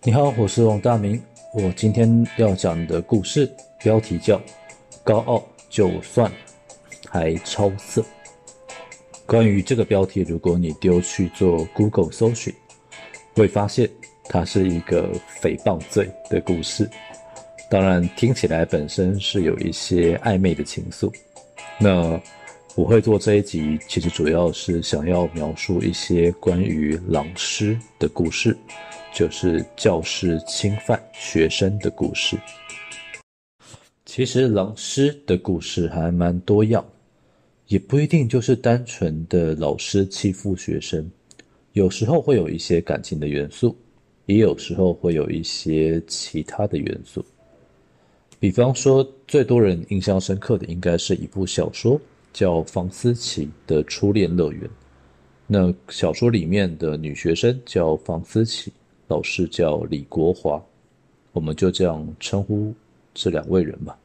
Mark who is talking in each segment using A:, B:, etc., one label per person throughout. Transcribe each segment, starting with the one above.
A: 你好，我是王大明。我今天要讲的故事标题叫《高傲就算了，还超色》。关于这个标题，如果你丢去做 Google 搜寻，会发现它是一个诽谤罪的故事。当然，听起来本身是有一些暧昧的情愫。那我会做这一集，其实主要是想要描述一些关于老师的故事，就是教师侵犯学生的故事。其实老师的故事还蛮多样，也不一定就是单纯的老师欺负学生，有时候会有一些感情的元素，也有时候会有一些其他的元素。比方说，最多人印象深刻的应该是一部小说，叫房思琪的《初恋乐园》。那小说里面的女学生叫房思琪，老师叫李国华，我们就这样称呼这两位人吧。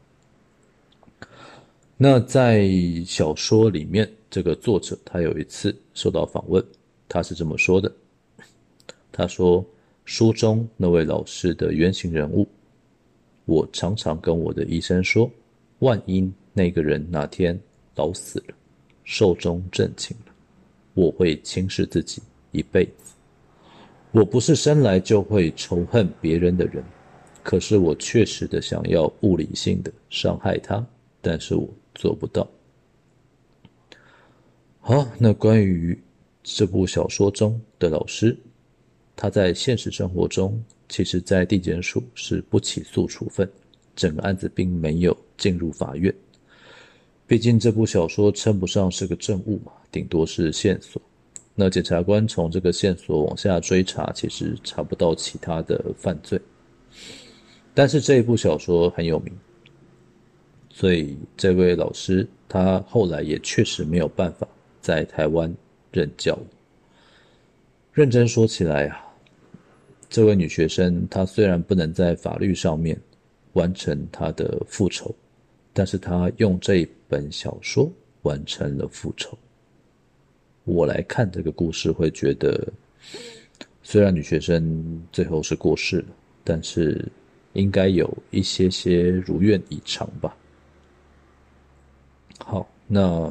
A: 那在小说里面，这个作者他有一次受到访问，他是这么说的：他说，书中那位老师的原型人物，我常常跟我的医生说，万一那个人哪天老死了，寿终正寝了，我会轻视自己一辈子。我不是生来就会仇恨别人的人，可是我确实的想要物理性的伤害他，但是我做不到。好，那关于这部小说中的老师，他在现实生活中，其实在地检署是不起诉处分，整个案子并没有进入法院。毕竟这部小说称不上是个证物嘛，顶多是线索。那检察官从这个线索往下追查，其实查不到其他的犯罪。但是这一部小说很有名，所以这位老师他后来也确实没有办法在台湾任教。认真说起来啊，这位女学生她虽然不能在法律上面完成她的复仇，但是她用这一本小说完成了复仇。我来看这个故事会觉得，虽然女学生最后是过世了，但是应该有一些些如愿以偿吧。好，那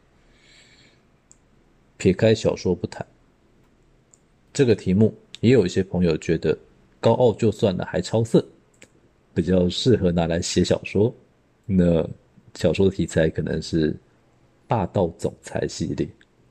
A: 撇开小说不谈，这个题目也有一些朋友觉得高傲就算了，还超色，比较适合拿来写小说。那小说的题材可能是霸道总裁系列。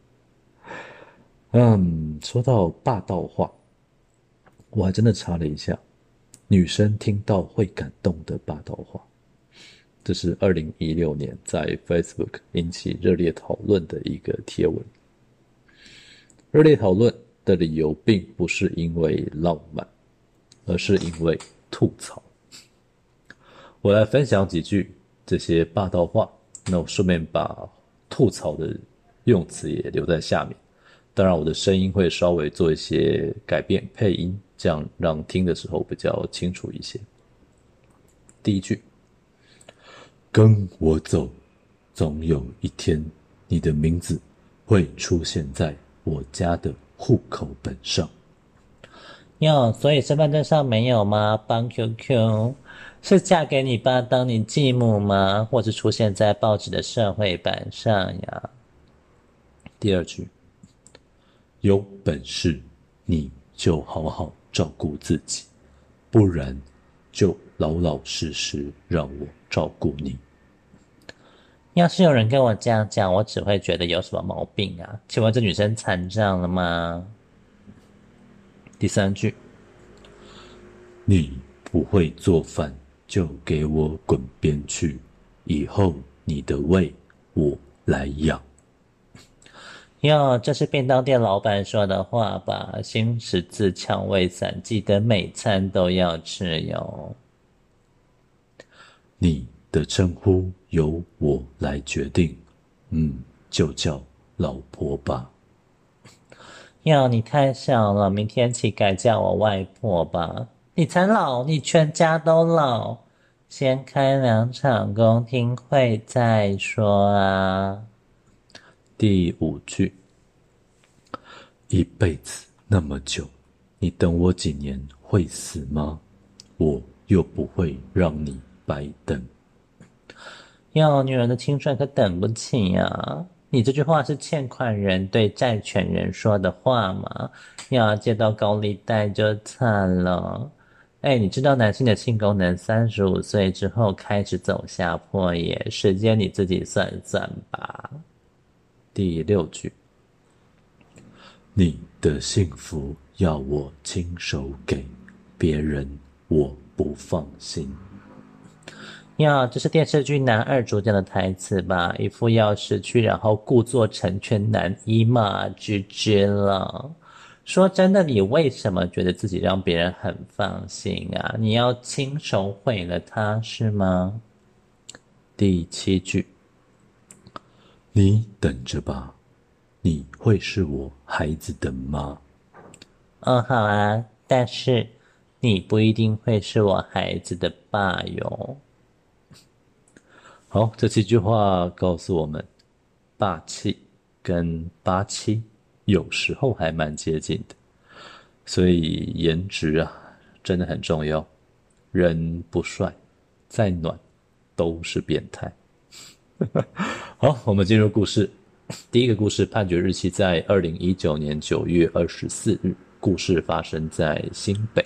A: 说到霸道话，我还真的查了一下，女生听到会感动的霸道话，这是2016年在 Facebook 引起热烈讨论的一个贴文。热烈讨论的理由并不是因为浪漫，而是因为吐槽。我来分享几句这些霸道话，那我顺便把吐槽的用词也留在下面。当然我的声音会稍微做一些改变配音，这样让听的时候比较清楚一些。第一句，跟我走，总有一天你的名字会出现在我家的户口本上。
B: 哟，所以身份证上没有吗？帮 QQ 是嫁给你爸当你继母吗？或是出现在报纸的社会版上呀？
A: 第二句，有本事你就好好照顾自己，不然就老老实实让我照顾你。
B: 要是有人跟我这样讲，我只会觉得有什么毛病啊？请问这女生残障了吗？
A: 第三句，你不会做饭就给我滚边去，以后你的胃我来养。
B: 哟，这是便当店老板说的话吧？新十字抢胃散，记得每餐都要吃哟。
A: 你的称呼由我来决定，就叫老婆吧。
B: 哟，你太小了，明天起改叫我外婆吧。你才老，你全家都老。先开2场公听会再说啊。
A: 第五句，一辈子那么久， 你等我几年会死吗？我又不会让你白等。
B: 哟，女人的青春可等不起呀！你这句话是欠款人对债权人说的话吗？要借到高利贷就惨了。哎，你知道男性的性功能35岁之后开始走下坡耶，时间你自己算算吧。
A: 第6句，你的幸福要我亲手给别人，我不放心。
B: 呀，这是电视剧男二主讲的台词吧？一副要失去，然后故作成全男一嘛，吱吱了。说真的，你为什么觉得自己让别人很放心啊？你要亲手毁了他是吗？
A: 第7句，你等着吧，你会是我孩子的妈。
B: 好啊，但是你不一定会是我孩子的爸哟。
A: 好，这7句话告诉我们，霸气跟八七有时候还蛮接近的，所以颜值啊真的很重要。人不帅，再暖都是变态。好，我们进入故事。第一个故事判决日期在2019年9月24日，故事发生在新北。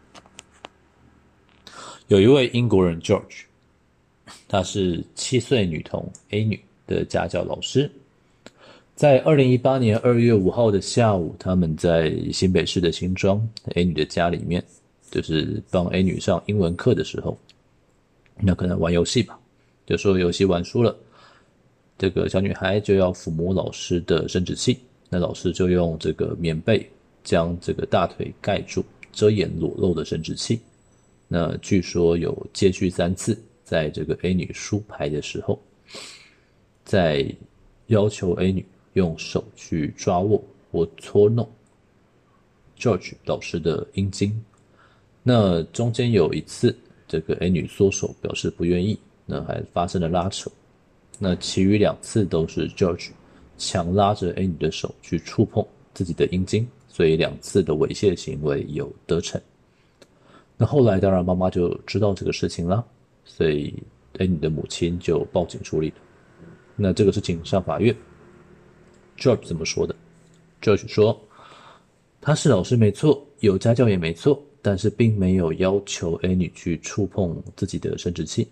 A: 有一位英国人 George， 他是7岁女童 A 女的家教老师。在2018年2月5号的下午，他们在新北市的新庄 A 女的家里面，就是帮 A 女上英文课的时候，那可能玩游戏吧，就说游戏玩输了，这个小女孩就要抚摸老师的生殖器，那老师就用这个棉被将这个大腿盖住，遮掩裸露的生殖器。那据说有接续3次，在这个 A 女输牌的时候，在要求 A 女用手去抓握或搓弄 George 老师的阴茎。那中间有一次，这个 A 女缩手表示不愿意，那还发生了拉扯。那其余2次都是 George 强拉着 A 女的手去触碰自己的阴茎，所以2次的猥亵行为有得逞。那后来当然妈妈就知道这个事情了，所以 A 女的母亲就报警处理了。那这个事情上法院， George 怎么说的？ George 说，他是老师没错，有家教也没错，但是并没有要求 A 女去触碰自己的生殖器。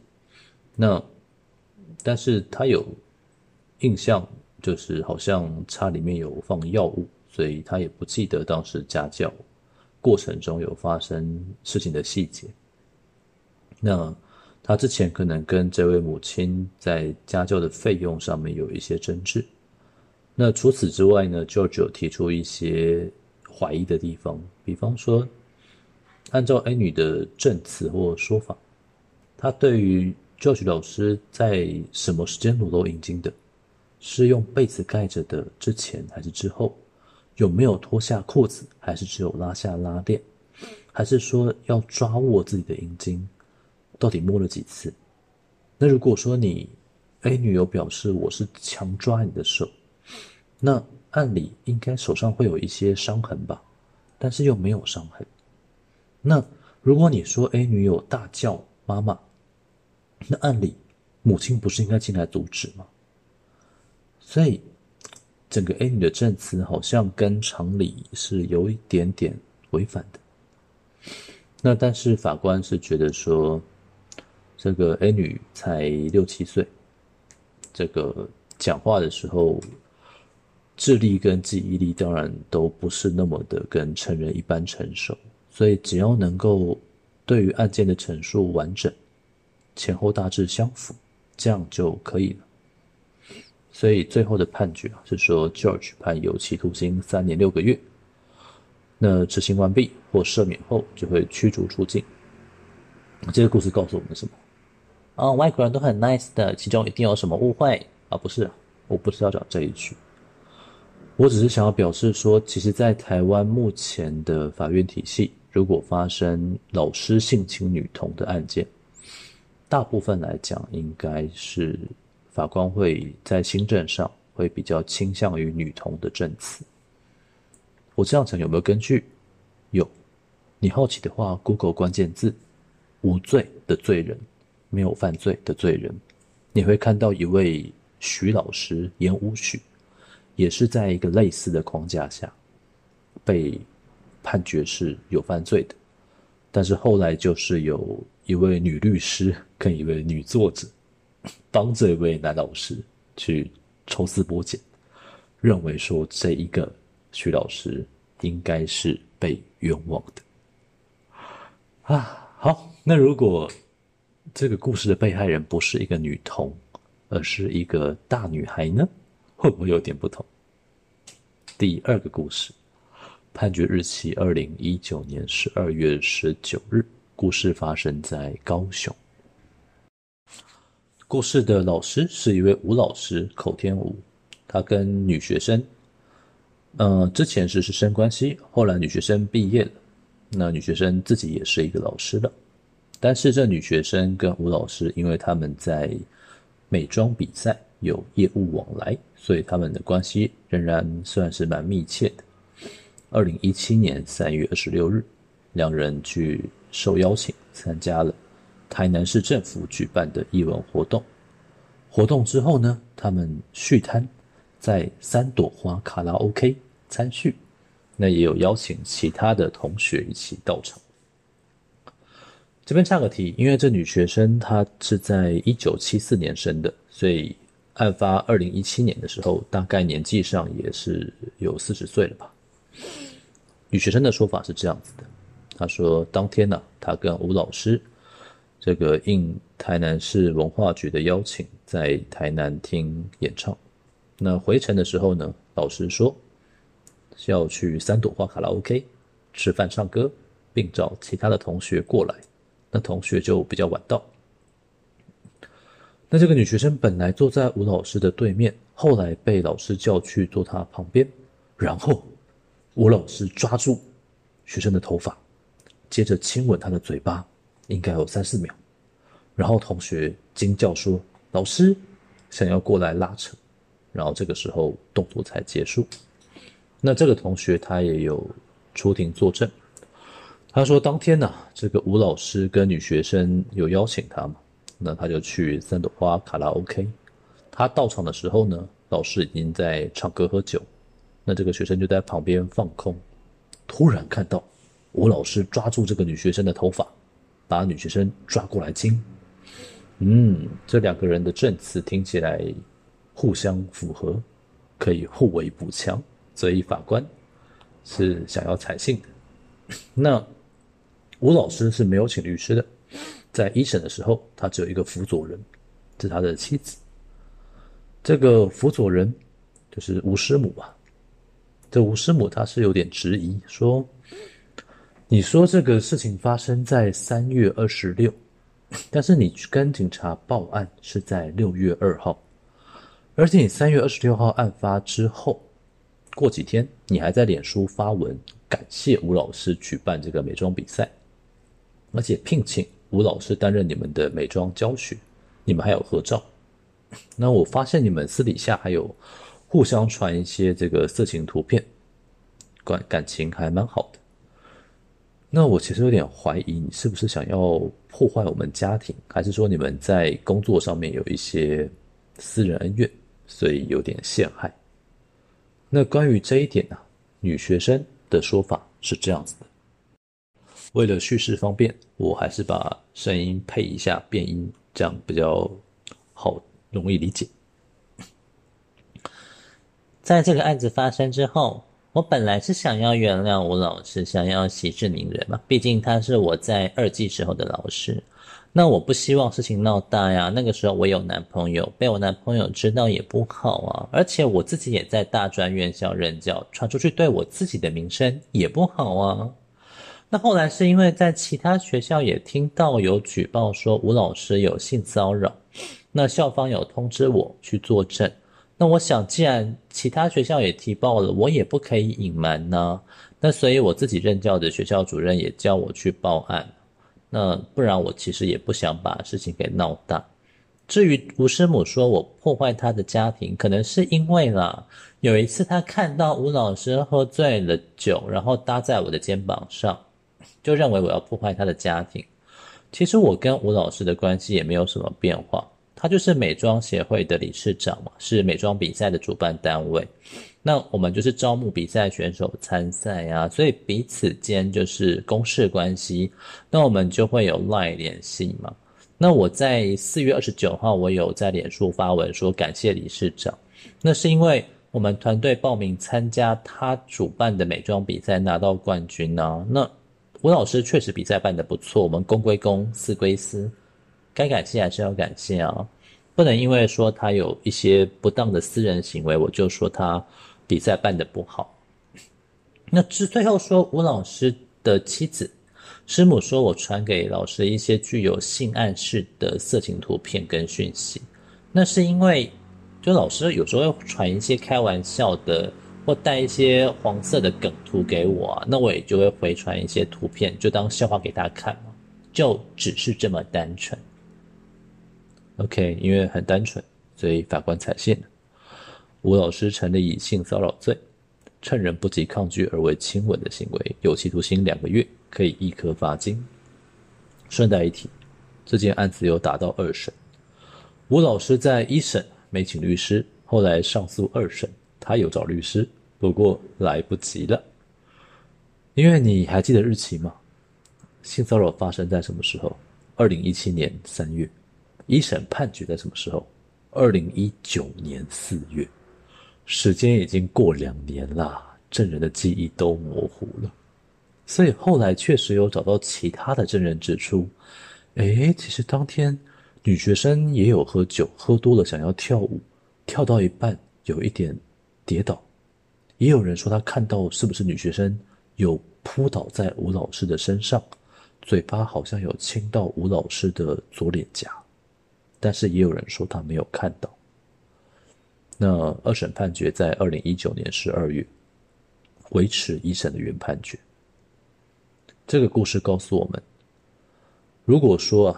A: 但是他有印象，就是好像它里面有放药物，所以他也不记得当时家教过程中有发生事情的细节。那他之前可能跟这位母亲在家教的费用上面有一些争执。那除此之外呢， George 有提出一些怀疑的地方，比方说按照 A 女的证词或说法，他对于 George 老师在什么时间裸露阴茎的，是用被子盖着的之前还是之后，有没有脱下裤子，还是只有拉下拉链，还是说要抓握自己的阴茎，到底摸了几次。那如果说你 A 女有表示我是强抓你的手，那按理应该手上会有一些伤痕吧，但是又没有伤痕。那如果你说 A 女有大叫妈妈，那按理母亲不是应该进来阻止吗？所以整个 A 女的证词好像跟常理是有一点点违反的。那但是法官是觉得说，这个 A 女才6、7岁，这个讲话的时候智力跟记忆力当然都不是那么的跟成人一般成熟，所以只要能够对于案件的陈述完整，前后大致相符，这样就可以了。所以最后的判决是说 George 判有期徒刑3年6个月，那执行完毕或赦免后就会驱逐出境。这个故事告诉我们什么？外国人都很 nice 的，其中一定有什么误会啊？不是，我不是要讲这一句，我只是想要表示说，其实在台湾目前的法院体系，如果发生老师性侵女童的案件，大部分来讲应该是法官会在心证上会比较倾向于女童的证词。我这样讲有没有根据？ 有。你好奇的话 ，Google 关键字“无罪的罪人”，没有犯罪的罪人，你会看到一位许老师严武许，也是在一个类似的框架下被判决是有犯罪的。但是后来就是有一位女律师跟一位女作者帮这位男老师去抽丝剥茧，认为说这一个徐老师应该是被冤枉的。好，那如果这个故事的被害人不是一个女童，而是一个大女孩呢？会不会有点不同？第二个故事，判决日期2019年12月19日，故事发生在高雄。故事的老师是一位吴老师，口天吴，他跟女学生，之前是师生关系，后来女学生毕业了，那女学生自己也是一个老师了，但是这女学生跟吴老师，因为他们在美妆比赛有业务往来，所以他们的关系仍然算是蛮密切的。2017年3月26日，两人去受邀请参加了台南市政府举办的艺文活动。活动之后呢，他们续摊在三朵花卡拉 OK 参续，那也有邀请其他的同学一起到场。这边岔个题，因为这女学生她是在1974年生的，所以案发2017年的时候，大概年纪上也是有40岁了吧。女学生的说法是这样子的，她说当天呢，她跟吴老师这个应台南市文化局的邀请，在台南听演唱。那回程的时候呢，老师说要去三朵花卡拉 OK 吃饭唱歌，并找其他的同学过来。那同学就比较晚到。那这个女学生本来坐在吴老师的对面，后来被老师叫去坐她旁边，然后吴老师抓住学生的头发，接着亲吻她的嘴巴，应该有3-4秒。然后同学惊叫说：“老师！”想要过来拉扯，然后这个时候动作才结束。那这个同学他也有出庭作证，他说当天这个吴老师跟女学生有邀请他嘛，那他就去三朵花卡拉 OK。他到场的时候呢，老师已经在唱歌喝酒，那这个学生就在旁边放空，突然看到吴老师抓住这个女学生的头发，把女学生抓过来亲。这两个人的证词听起来互相符合，可以互为补强，所以法官是想要采信的。那吴老师是没有请律师的，在一审的时候，他只有一个辅佐人，是他的妻子。这个辅佐人就是吴师母吧。这吴师母她是有点质疑，说：“你说这个事情发生在3月26，但是你跟警察报案是在6月2号，而且你3月26号案发之后，过几天你还在脸书发文感谢吴老师举办这个美妆比赛。”而且聘请吴老师担任你们的美妆教学，你们还有合照。那我发现你们私底下还有互相传一些这个色情图片，感情还蛮好的。那我其实有点怀疑你是不是想要破坏我们家庭，还是说你们在工作上面有一些私人恩怨，所以有点陷害。那关于这一点女学生的说法是这样子的。为了叙事方便，我还是把声音配一下变音，这样比较好，容易理解。
B: 在这个案子发生之后，我本来是想要原谅吴老师，想要息事宁人嘛，毕竟他是我在2技时候的老师。那我不希望事情闹大呀，那个时候我有男朋友，被我男朋友知道也不好啊，而且我自己也在大专院校任教，传出去对我自己的名声也不好啊。那后来是因为在其他学校也听到有举报说吴老师有性骚扰，那校方有通知我去作证。那我想既然其他学校也提报了，我也不可以隐瞒呢。那所以我自己任教的学校主任也叫我去报案。那不然我其实也不想把事情给闹大。至于吴师母说我破坏她的家庭，可能是因为有一次他看到吴老师喝醉了酒，然后搭在我的肩膀上，就认为我要破坏他的家庭。其实我跟吴老师的关系也没有什么变化，他就是美妆协会的理事长嘛，是美妆比赛的主办单位。那我们就是招募比赛选手参赛啊，所以彼此间就是公事关系，那我们就会有 LINE 联系嘛。那我在4月29号，我有在脸书发文说感谢理事长，那是因为我们团队报名参加他主办的美妆比赛拿到冠军啊。那吴老师确实比赛办得不错，我们公归公，私归私，该感谢还是要感谢啊，不能因为说他有一些不当的私人行为，我就说他比赛办得不好。那最后说吴老师的妻子师母说我传给老师一些具有性暗示的色情图片跟讯息，那是因为就老师有时候会传一些开玩笑的或带一些黄色的梗图给我啊，那我也就会回传一些图片，就当笑话给他看嘛，就只是这么单纯。OK， 因为很单纯，所以法官采信了。吴老师成立以性骚扰罪，趁人不及抗拒而为亲吻的行为，有期徒刑2个月，可以1颗罚金。顺带一提，这件案子有打到2审，吴老师在1审没请律师，后来上诉2审，他有找律师，不过来不及了。因为你还记得日期吗？性骚扰发生在什么时候？2017年3月。1审判决在什么时候？2019年4月。时间已经过2年啦，证人的记忆都模糊了。所以后来确实有找到其他的证人指出，其实当天女学生也有喝酒，喝多了想要跳舞，跳到一半有一点跌倒。也有人说他看到是不是女学生有扑倒在吴老师的身上，嘴巴好像有亲到吴老师的左脸颊，但是也有人说他没有看到。那2审判决在2019年12月，维持1审的原判决。这个故事告诉我们，如果说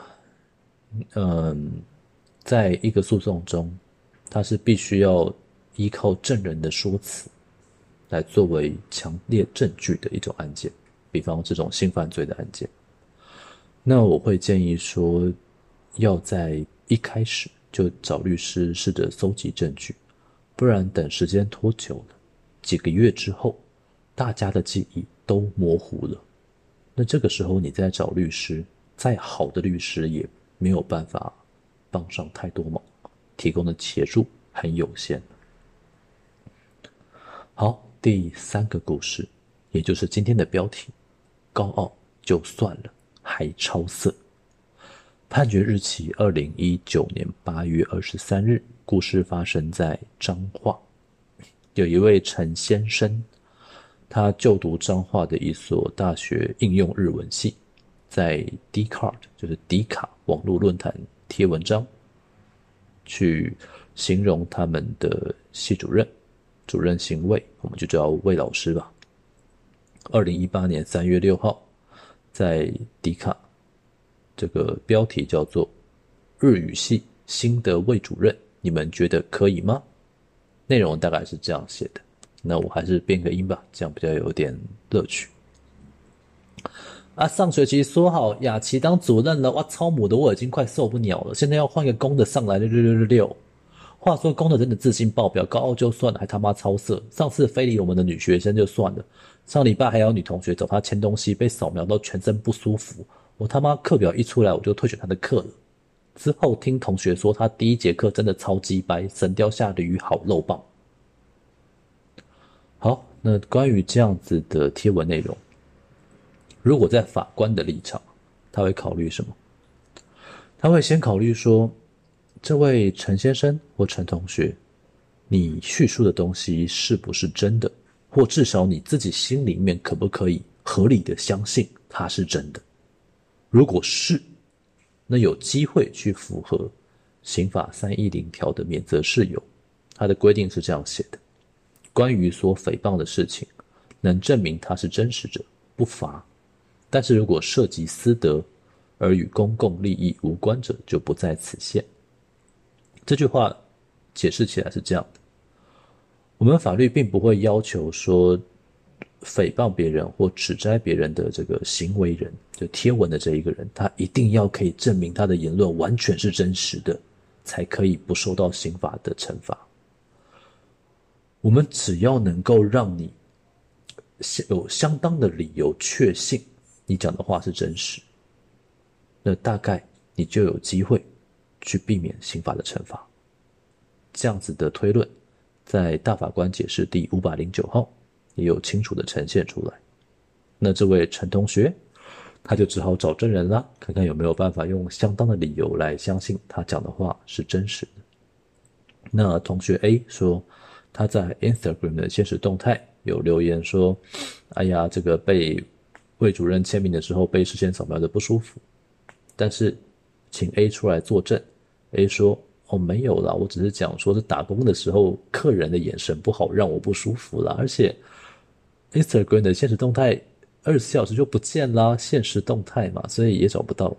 B: 在一个诉讼中，它是必须要依靠证人的说辞来作为强烈证据的一种案件，比方这种性犯罪的案件，那我会建议说，要在一开始就找律师试着搜集证据，不然等时间拖久了，几个月之后，大家的记忆都模糊了。那这个时候你再找律师，再好的律师也没有办法帮上太多忙，提供的协助很有限。好，第3个故事，也就是今天的标题，高傲就算了，还超色。判决日期2019年8月23日，故事发生在彰化。有一位陈先生，他就读彰化的一所大学应用日文系，在 Dcard 就是迪卡网络论坛贴文章，去形容他们的系主任姓魏，我们就叫魏老师吧。2018年3月6号，在迪卡，这个标题叫做日语系新的魏主任，你们觉得可以吗？内容大概是这样写的，那我还是变个音吧，这样比较有点乐趣。上学期说好雅琪当主任了，哇，超母的我已经快受不了了，现在要换一个公的上来666。话说公的真的自信爆表，高傲就算了，还他妈超色。上次非礼我们的女学生就算了，上礼拜还有女同学找他签东西，被扫描到全身不舒服，我他妈课表一出来我就退选他的课了。之后听同学说他第1节课真的超鸡掰，神雕侠侣好漏棒。好，那关于这样子的贴文内容，如果在法官的立场，他会考虑什么？他会先考虑说，这位陈先生或陈同学，你叙述的东西是不是真的，或至少你自己心里面可不可以合理的相信它是真的。如果是，那有机会去符合刑法310条的免责事由。它的规定是这样写的，关于所诽谤的事情，能证明它是真实者，不罚。但是如果涉及私德，而与公共利益无关者，就不在此限。这句话解释起来是这样的，
A: 我们法律并不会要求说诽谤别人或指摘别人的这个行为人，就贴文的这一个人，他一定要可以证明他的言论完全是真实的，才可以不受到刑法的惩罚。我们只要能够让你有相当的理由确信你讲的话是真实，那大概你就有机会去避免刑法的惩罚。这样子的推论在大法官解释第509号也有清楚的呈现出来。那这位陈同学他就只好找证人啦，看看有没有办法用相当的理由来相信他讲的话是真实的。那同学 A 说他在 Instagram 的现实动态有留言说，哎呀，这个被魏主任签名的时候被视线扫描的不舒服，但是请 A 出来作证。 A 说，哦，没有啦，我只是讲说是打工的时候客人的眼神不好让我不舒服啦，而且 Instagram 的现实动态24小时就不见啦，现实动态嘛，所以也找不到。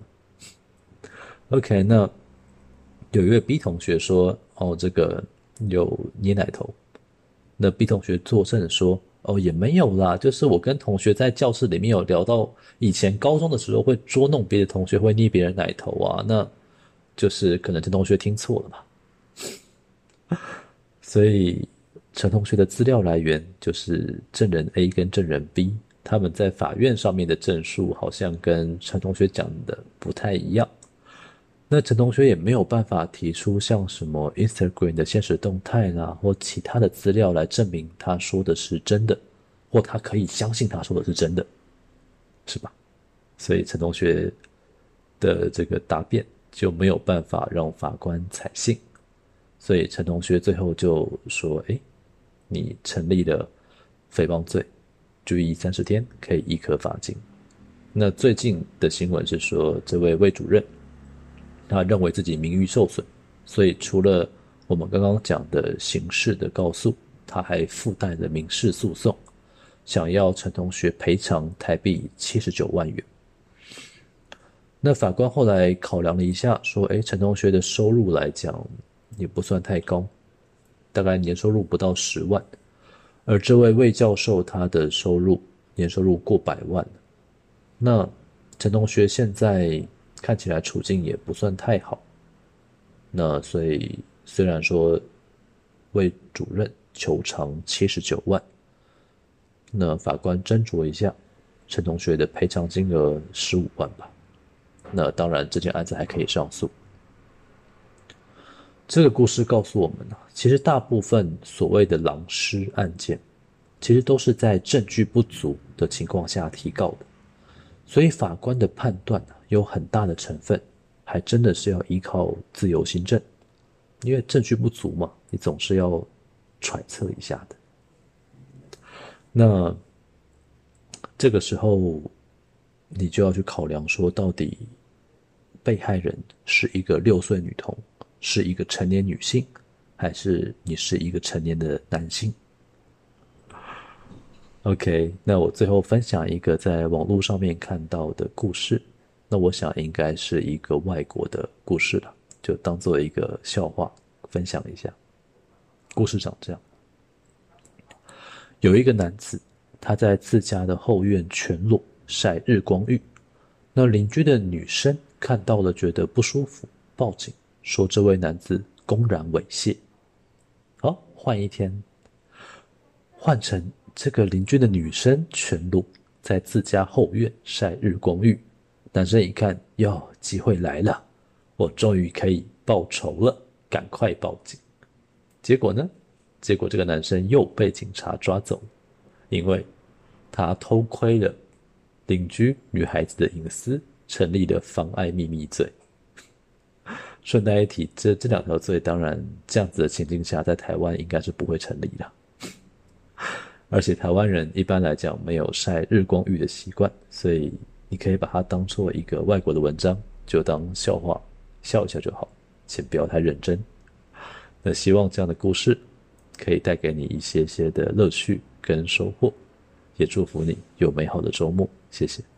A: OK， 那有一位 B 同学说，哦，这个有捏奶头。那 B 同学作证说，哦，也没有啦，就是我跟同学在教室里面有聊到以前高中的时候会捉弄别的同学，会捏别人奶头啊，那就是可能陈同学听错了吧。所以陈同学的资料来源就是证人 A 跟证人 B， 他们在法院上面的证述好像跟陈同学讲的不太一样。那陈同学也没有办法提出像什么 Instagram 的现实动态啦，或其他的资料来证明他说的是真的，或他可以相信他说的是真的，是吧？所以陈同学的这个答辩就没有办法让法官采信，所以陈同学最后就说，你成立了诽谤罪，拘役30天，可以易科罚金。那最近的新闻是说，这位魏主任他认为自己名誉受损，所以除了我们刚刚讲的刑事的告诉，他还附带了民事诉讼，想要陈同学赔偿台币79万元。那法官后来考量了一下，说，陈同学的收入来讲也不算太高，大概年收入不到10万，而这位魏教授他的收入年收入过100万。那陈同学现在看起来处境也不算太好，那所以虽然说魏主任求偿79万，那法官斟酌一下，陈同学的赔偿金额15万吧。那当然这件案子还可以上诉。这个故事告诉我们，其实大部分所谓的狼师案件其实都是在证据不足的情况下提告的，所以法官的判断有很大的成分还真的是要依靠自由心证，因为证据不足嘛，你总是要揣测一下的。那这个时候你就要去考量说，到底被害人是一个6岁女童，是一个成年女性，还是你是一个成年的男性。 OK， 那我最后分享一个在网络上面看到的故事，那我想应该是一个外国的故事了，就当做一个笑话分享一下。故事长这样，有一个男子，他在自家的后院全裸晒日光浴，那邻居的女生看到了觉得不舒服，报警说这位男子公然猥亵。好，换一天，换成这个邻居的女生全裸在自家后院晒日光浴，男生一看，哟，机会来了，我终于可以报仇了，赶快报警。结果呢？结果这个男生又被警察抓走，因为他偷窥了邻居女孩子的隐私，成立了妨碍秘密罪。顺带一提，这2条罪当然这样子的情境下在台湾应该是不会成立的，而且台湾人一般来讲没有晒日光浴的习惯，所以你可以把它当作一个外国的文章，就当笑话笑一下就好，请不要太认真。那希望这样的故事可以带给你一些些的乐趣跟收获，也祝福你有美好的周末，谢谢。